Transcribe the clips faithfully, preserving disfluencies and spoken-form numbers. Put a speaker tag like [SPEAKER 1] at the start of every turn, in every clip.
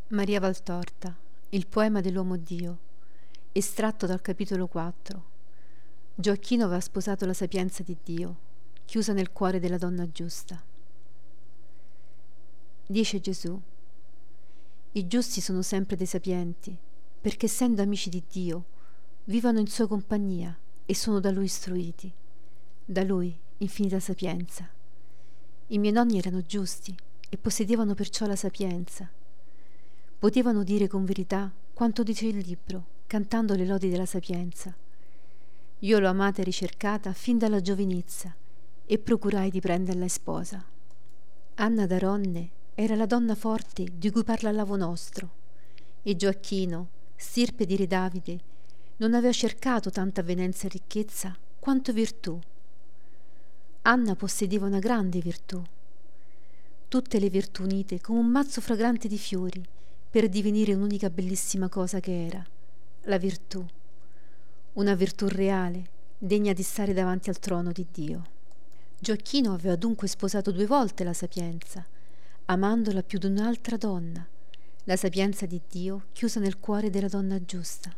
[SPEAKER 1] Maria Valtorta, il poema dell'uomo Dio, estratto dal capitolo quattro. Gioacchino aveva sposato la sapienza di Dio, chiusa nel cuore della donna giusta. Dice Gesù: i giusti sono sempre dei sapienti, perché essendo amici di Dio, vivono in sua compagnia e sono da Lui istruiti, da Lui infinita sapienza. I miei nonni erano giusti e possedevano perciò la sapienza. Potevano dire con verità quanto dice il libro, cantando le lodi della sapienza. Io l'ho amata e ricercata fin dalla giovinezza e procurai di prenderla sposa. Anna d'Aronne era la donna forte di cui parla l'avo nostro, e Gioacchino, stirpe di re Davide, non aveva cercato tanta avvenenza e ricchezza quanto virtù. Anna possedeva una grande virtù, tutte le virtù unite come un mazzo fragrante di fiori, per divenire un'unica bellissima cosa che era, la virtù, una virtù reale, degna di stare davanti al trono di Dio. Gioacchino aveva dunque sposato due volte la sapienza, amandola più di un'altra donna, la sapienza di Dio chiusa nel cuore della donna giusta.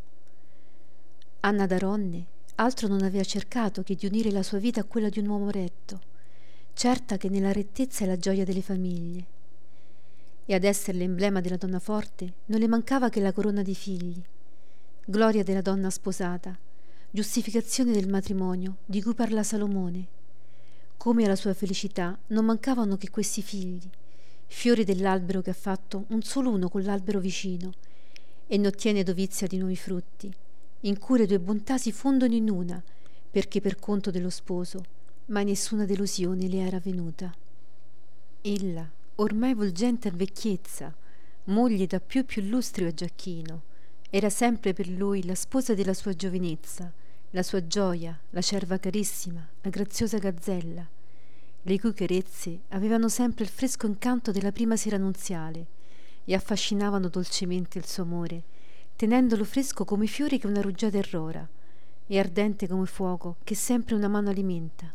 [SPEAKER 1] Anna d'Aronne altro non aveva cercato che di unire la sua vita a quella di un uomo retto, certa che nella rettezza è la gioia delle famiglie. E ad essere l'emblema della donna forte non le mancava che la corona dei figli, gloria della donna sposata, giustificazione del matrimonio di cui parla Salomone. Come alla sua felicità non mancavano che questi figli, fiori dell'albero che ha fatto un solo uno con l'albero vicino e ne ottiene dovizia di nuovi frutti, in cui le due bontà si fondono in una, perché per conto dello sposo mai nessuna delusione le era venuta. Ella, ormai volgente a vecchiezza, moglie da più e più lustri a Gioacchino, era sempre per lui la sposa della sua giovinezza, la sua gioia, la cerva carissima, la graziosa gazzella, le cui carezze avevano sempre il fresco incanto della prima sera nuziale e affascinavano dolcemente il suo amore, tenendolo fresco come i fiori che una rugiada irrora e ardente come fuoco che sempre una mano alimenta.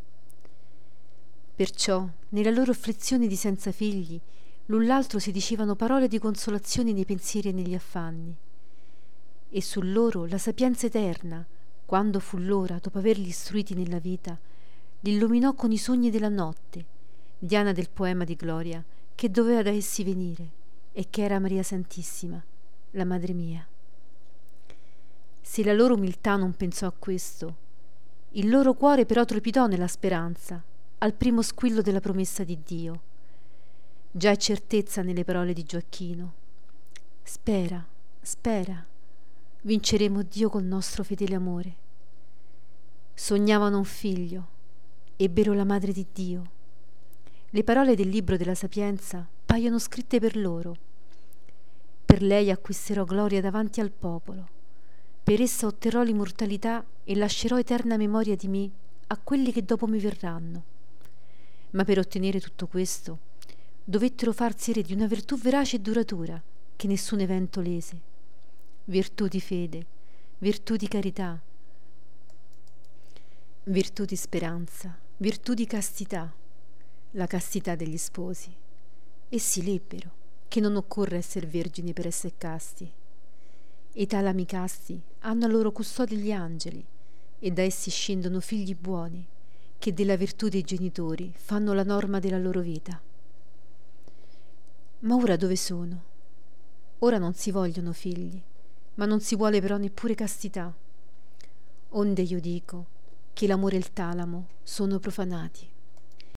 [SPEAKER 1] Perciò, nella loro afflizione di senza figli, l'un l'altro si dicevano parole di consolazione nei pensieri e negli affanni. E su loro la sapienza eterna, quando fu l'ora, dopo averli istruiti nella vita, li illuminò con i sogni della notte, diana del poema di gloria, che doveva da essi venire, e che era Maria Santissima, la Madre mia. Se la loro umiltà non pensò a questo, il loro cuore però trepidò nella speranza, al primo squillo della promessa di Dio. Già è certezza nelle parole di Gioacchino. Spera, spera, vinceremo Dio col nostro fedele amore. Sognavano un figlio, ebbero la madre di Dio. Le parole del libro della sapienza paiono scritte per loro. Per lei acquisterò gloria davanti al popolo, per essa otterrò l'immortalità e lascerò eterna memoria di me a quelli che dopo mi verranno. Ma per ottenere tutto questo dovettero farsi eredi di una virtù verace e duratura che nessun evento lese, virtù di fede, virtù di carità, virtù di speranza, virtù di castità, la castità degli sposi. Essi lebbero che non occorre essere vergini per essere casti. E i talami casti hanno a loro custode gli angeli, e da essi scendono figli buoni, che della virtù dei genitori fanno la norma della loro vita. Ma ora dove sono? Ora non si vogliono figli, ma non si vuole però neppure castità. Onde io dico che l'amore e il talamo sono profanati.